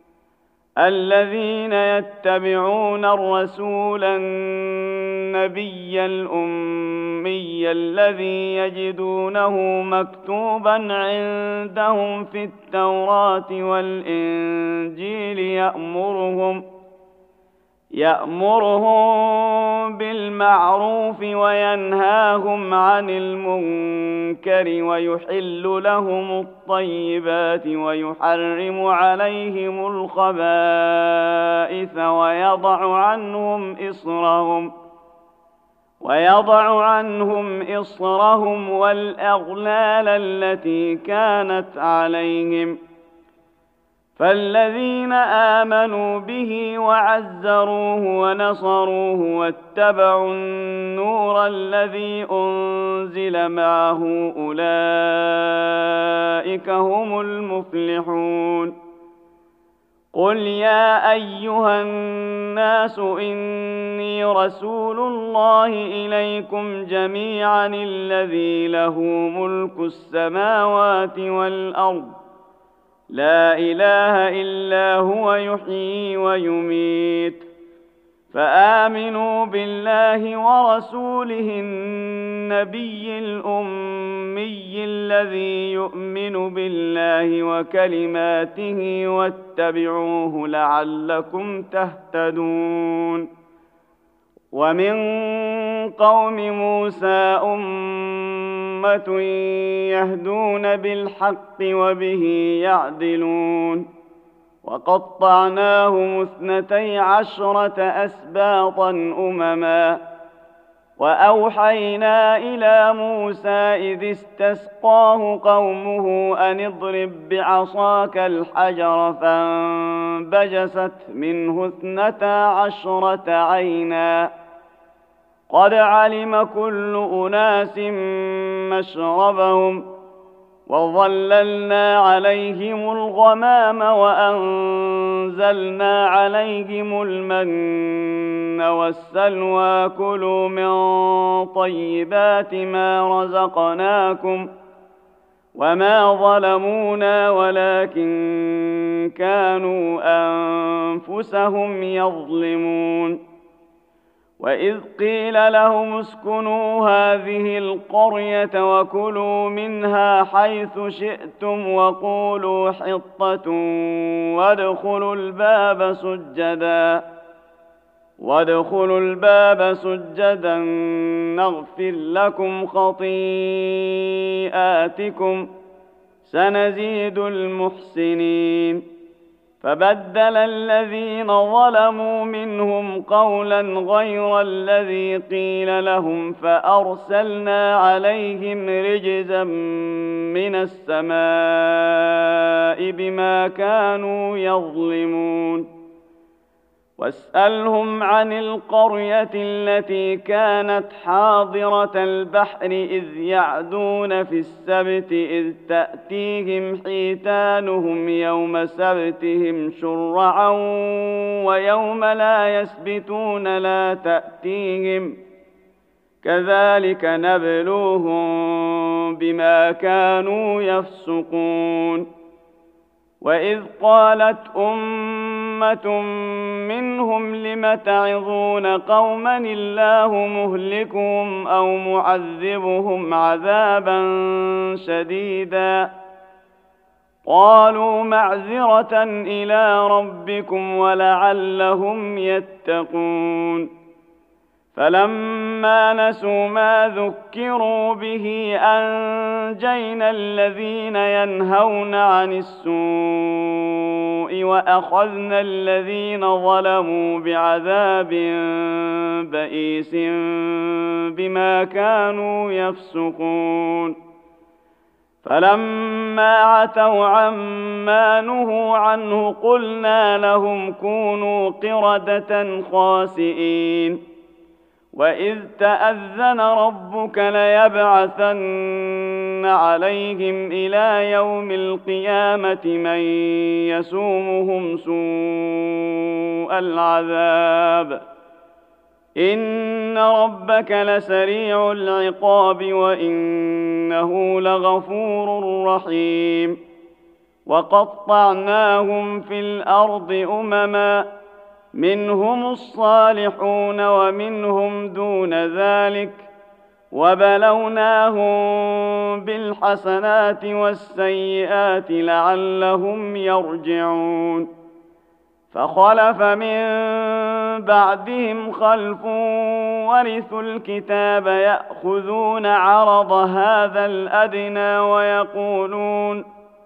الذين يتبعون الرسول النبي الأمي الذي يجدونه مكتوبا عندهم في التوراة والإنجيل يأمرهم يأمرهم بالمعروف وينهاهم عن المنكر ويحل لهم الطيبات ويحرم عليهم الخبائث ويضع عنهم إصرهم ويضع عنهم إصرهم والأغلال التي كانت عليهم فالذين آمنوا به وعزروه ونصروه واتبعوا النور الذي أنزل معه أولئك هم المفلحون قل يا أيها الناس إني رسول الله إليكم جميعا الذي له ملك السماوات والأرض لا إله إلا هو يحيي ويميت فآمنوا بالله ورسوله النبي الأمي الذي يؤمن بالله وكلماته واتبعوه لعلكم تهتدون ومن قوم موسى أمة يهدون بالحق وبه يعدلون وقطعناهم اثنتي عشرة أسباطا أمما وأوحينا إلى موسى إذ استسقاه قومه أن اضرب بعصاك الحجر فانبجست منه اثنتا عشرة عينا قد علم كل أناس مشربهم وظللنا عليهم الغمام وأنزلنا عليهم المن والسلوى كلوا من طيبات ما رزقناكم وما ظلمونا ولكن كانوا أنفسهم يظلمون وإذ قيل لهم اسكنوا هذه القرية وكلوا منها حيث شئتم وقولوا حطة وادخلوا الباب سجدا وادخلوا الباب سجدا نغفر لكم خطيئاتكم سنزيد المحسنين فبدل الذين ظلموا منهم قولا غير الذي قيل لهم فأرسلنا عليهم رجزا من السماء بما كانوا يظلمون واسألهم عن القرية التي كانت حاضرة البحر إذ يعدون في السبت إذ تأتيهم حيتانهم يوم سبتهم شرعا ويوم لا يسبتون لا تأتيهم كذلك نبلوهم بما كانوا يفسقون وإذ قالت أمة منهم لم تعظون قوما الله مهلكهم أو معذبهم عذابا شديدا قالوا معذرة إلى ربكم ولعلهم يتقون فلما نسوا ما ذكروا به أنجينا الذين ينهون عن السوء وأخذنا الذين ظلموا بعذاب بئيس بما كانوا يفسقون فلما عتوا عما نهوا عنه قلنا لهم كونوا قردة خاسئين وإذ تأذن ربك ليبعثن عليهم إلى يوم القيامة من يسومهم سوء العذاب إن ربك لسريع العقاب وإنه لغفور رحيم وقطعناهم في الأرض أمما منهم الصالحون ومنهم دون ذلك وبلوناهم بالحسنات والسيئات لعلهم يرجعون فخلف من بعدهم خلف ورثوا الكتاب يأخذون عرض هذا الأدنى ويقولون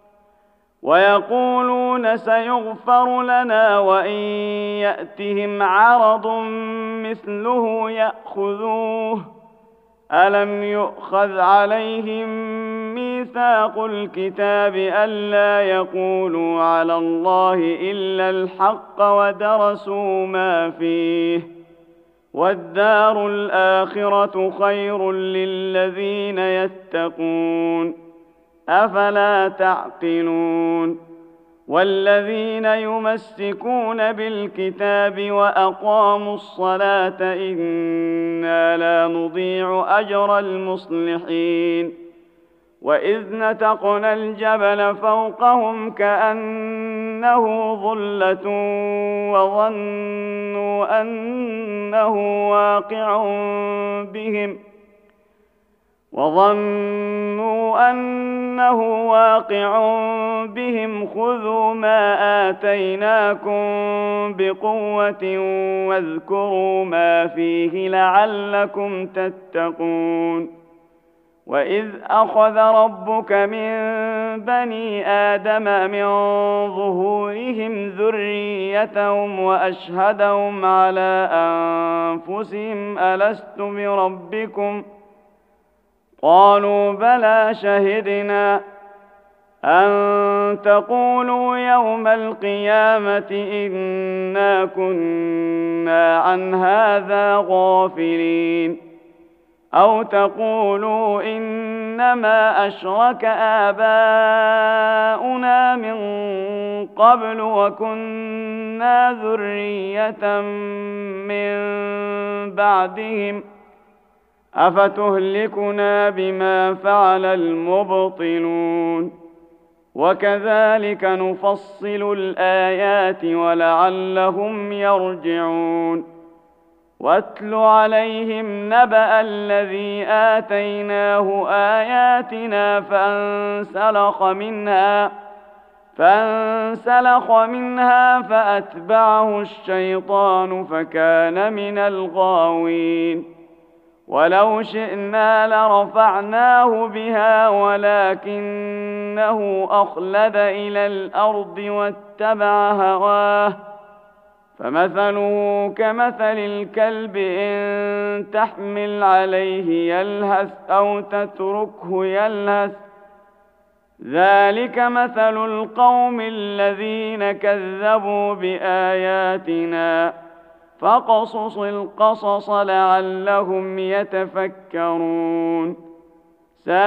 ويقولون سيغفر لنا وإن يأتهم عرض مثله يأخذوه ألم يؤخذ عليهم ميثاق الكتاب ألا يقولوا على الله إلا الحق ودرسوا ما فيه والدار الآخرة خير للذين يتقون أفلا تعقلون والذين يمسكون بالكتاب وأقاموا الصلاة إنا لا نضيع أجر المصلحين وإذ نتقنا الجبل فوقهم كأنه ظلة وظنوا أنه واقع بهم وظنوا أنه واقع بهم خذوا ما آتيناكم بقوة واذكروا ما فيه لعلكم تتقون وإذ أخذ ربك من بني آدم من ظهورهم ذريتهم وأشهدهم على أنفسهم ألست بربكم قالوا بلى شهدنا أن تقولوا يوم القيامة إنا كنا عن هذا غافلين أو تقولوا إنما أشرك آباؤنا من قبل وكنا ذرية من بعدهم أفتهلكنا بما فعل المبطلون وكذلك نفصل الآيات ولعلهم يرجعون واتل عليهم نبأ الذي آتيناه آياتنا فانسلخ منها فانسلخ منها فأتبعه الشيطان فكان من الغاوين ولو شئنا لرفعناه بها ولكنه أخلد إلى الأرض واتبع هواه فمثله كمثل الكلب إن تحمل عليه يلهث أو تتركه يلهث ذلك مثل القوم الذين كذبوا بآياتنا فاقصص القصص لعلهم يتفكرون ساء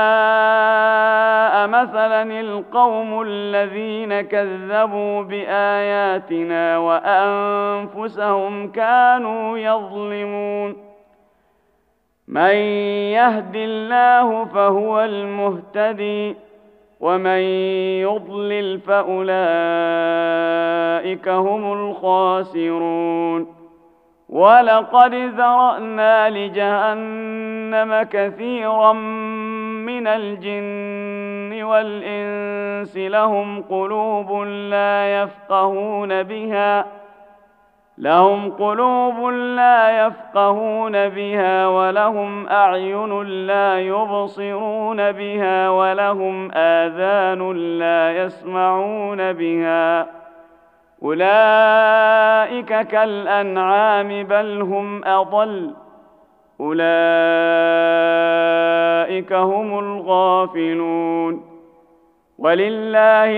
مثلا القوم الذين كذبوا بآياتنا وأنفسهم كانوا يظلمون من يهد الله فهو المهتدي ومن يضلل فأولئك هم الخاسرون ولقد ذرأنا لجهنم كثيرا من الجن والإنس لهم قلوب لا يفقهون بها لهم قلوب لا يفقهون بها ولهم أعين لا يبصرون بها ولهم آذان لا يسمعون بها أولئك كالأنعام بل هم أضل أولئك هم الغافلون ولله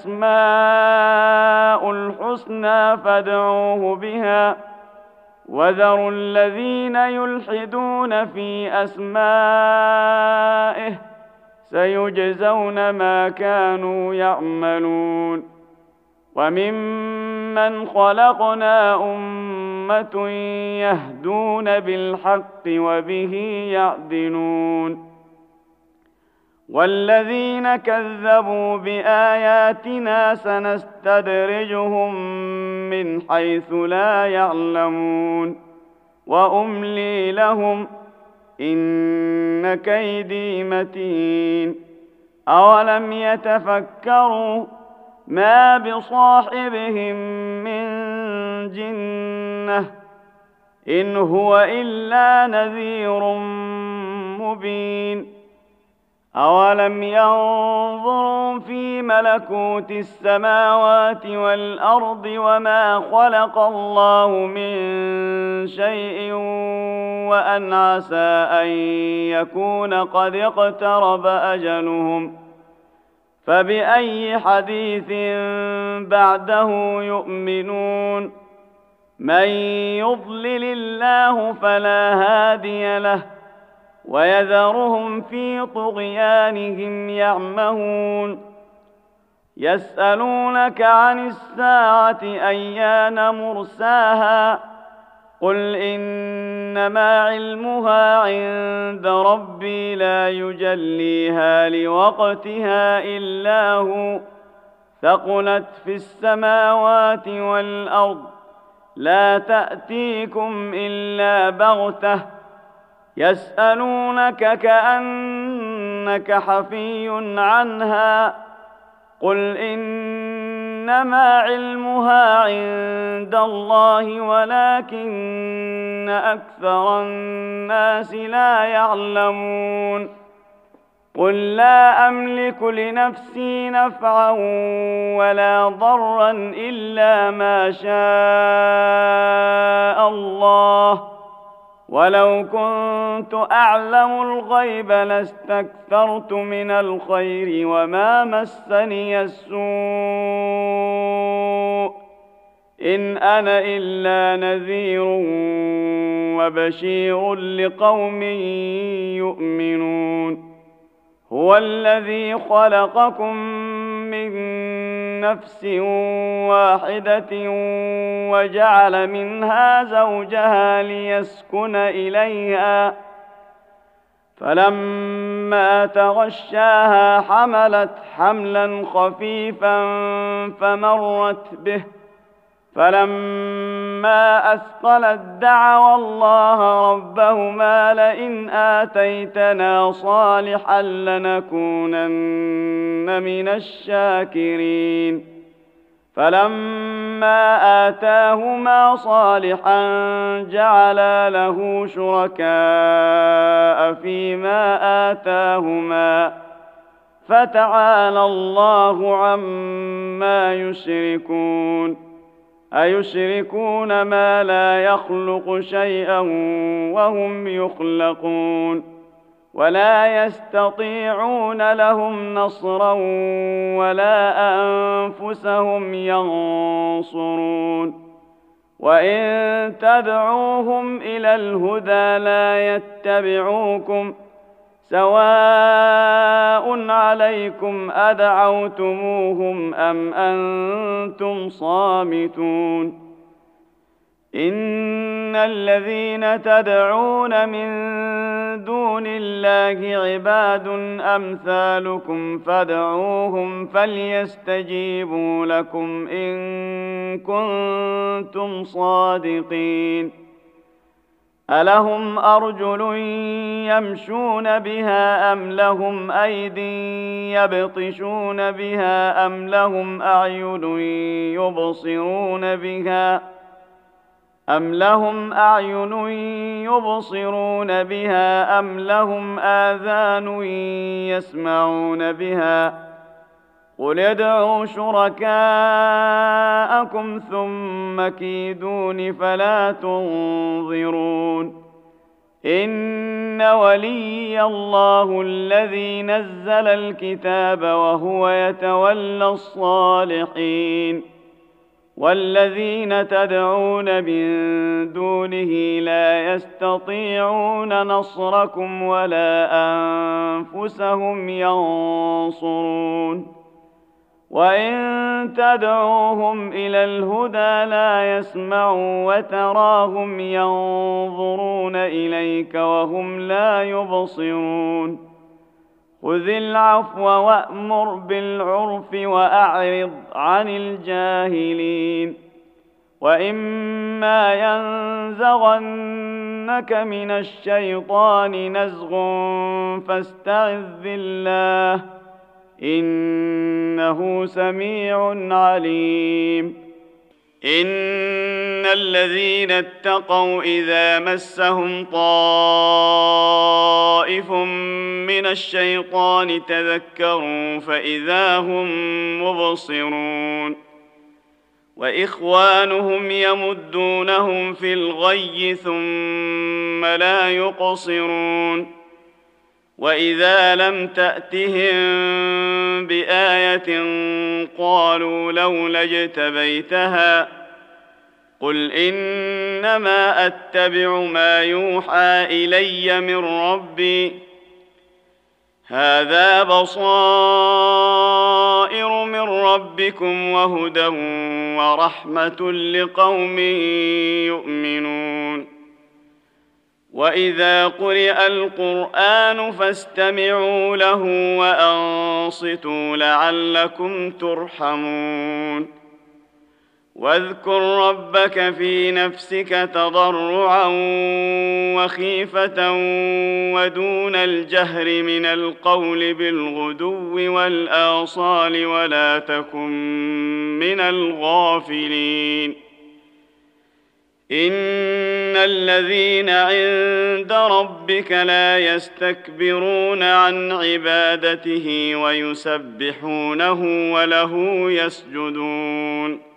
الأسماء الحسنى فادعوه بها وذروا الذين يلحدون في أسمائه سيجزون ما كانوا يعملون وممن خلقنا أمة يهدون بالحق وبه يعدلون والذين كذبوا بآياتنا سنستدرجهم من حيث لا يعلمون وأملي لهم إن كيدي متين أولم يتفكروا ما بصاحبهم من جنة إن هو إلا نذير مبين أولم ينظروا في ملكوت السماوات والأرض وما خلق الله من شيء وأن عسى أن يكون قد اقترب أجلهم فبأي حديث بعده يؤمنون من يضلل الله فلا هادي له ويذرهم في طغيانهم يعمهون يسألونك عن الساعة أيان مرساها قل إنما علمها عند ربي لا يجليها لوقتها إلا هو ثقلت في السماوات والأرض لا تأتيكم إلا بغتة يسألونك كأنك حفي عنها قل إنما علمها عند الله ولكن أكثر الناس لا يعلمون قل لا أملك لنفسي نفعا ولا ضرا إلا ما شاء الله ولو كنت أعلم الغيب لاستكثرت من الخير وما مسني السوء إن أنا إلا نذير وبشير لقوم يؤمنون هو الذي خلقكم من نفس واحدة وجعل منها زوجها ليسكن إليها فلما تغشاها حملت حملا خفيفا فمرت به فلما أثقلت دعوا الله ربهما لئن آتيتنا صالحا لنكونن من الشاكرين فلما آتاهما صالحا جعلا له شركاء فيما آتاهما فتعالى الله عما يشركون أيشركون ما لا يخلق شيئا وهم يخلقون ولا يستطيعون لهم نصرا ولا أنفسهم ينصرون وإن تدعوهم إلى الهدى لا يتبعوكم سواء عليكم أدعوتموهم أم أنتم صامتون إن الذين تدعون من دون الله عباد أمثالكم فادعوهم فليستجيبوا لكم إن كنتم صادقين ألهم أرجل يمشون بها أم لهم أيد يبطشون بها أم لهم أعين يبصرون بها أم لهم أعين يبصرون بها أم لهم آذان يسمعون بها قل ادعوا شركاءكم ثم كيدون فلا تنظرون إن ولي الله الذي نزل الكتاب وهو يتولى الصالحين والذين تدعون من دونه لا يستطيعون نصركم ولا أنفسهم ينصرون وإن تدعوهم إلى الهدى لا يسمعوا وتراهم ينظرون إليك وهم لا يبصرون خذ العفو وأمر بالعرف وأعرض عن الجاهلين وإما ينزغنك من الشيطان نزغ فاستعذ بالله إن إنه سميع عليم. إن الذين اتقوا إذا مسهم طائف من الشيطان تذكروا فإذا هم مبصرون وإخوانهم يمدونهم في الغي ثم لا يقصرون وإذا لم تأتهم بآية قالوا لولا اجتبيتها قل إنما أتبع ما يوحى إلي من ربي هذا بصائر من ربكم وهدى ورحمة لقوم يؤمنون وإذا قرئ القرآن فاستمعوا له وأنصتوا لعلكم ترحمون واذكر ربك في نفسك تضرعا وخيفة ودون الجهر من القول بالغدو والآصال ولا تكن من الغافلين إن الذين عند ربك لا يستكبرون عن عبادته ويسبحونه وله يسجدون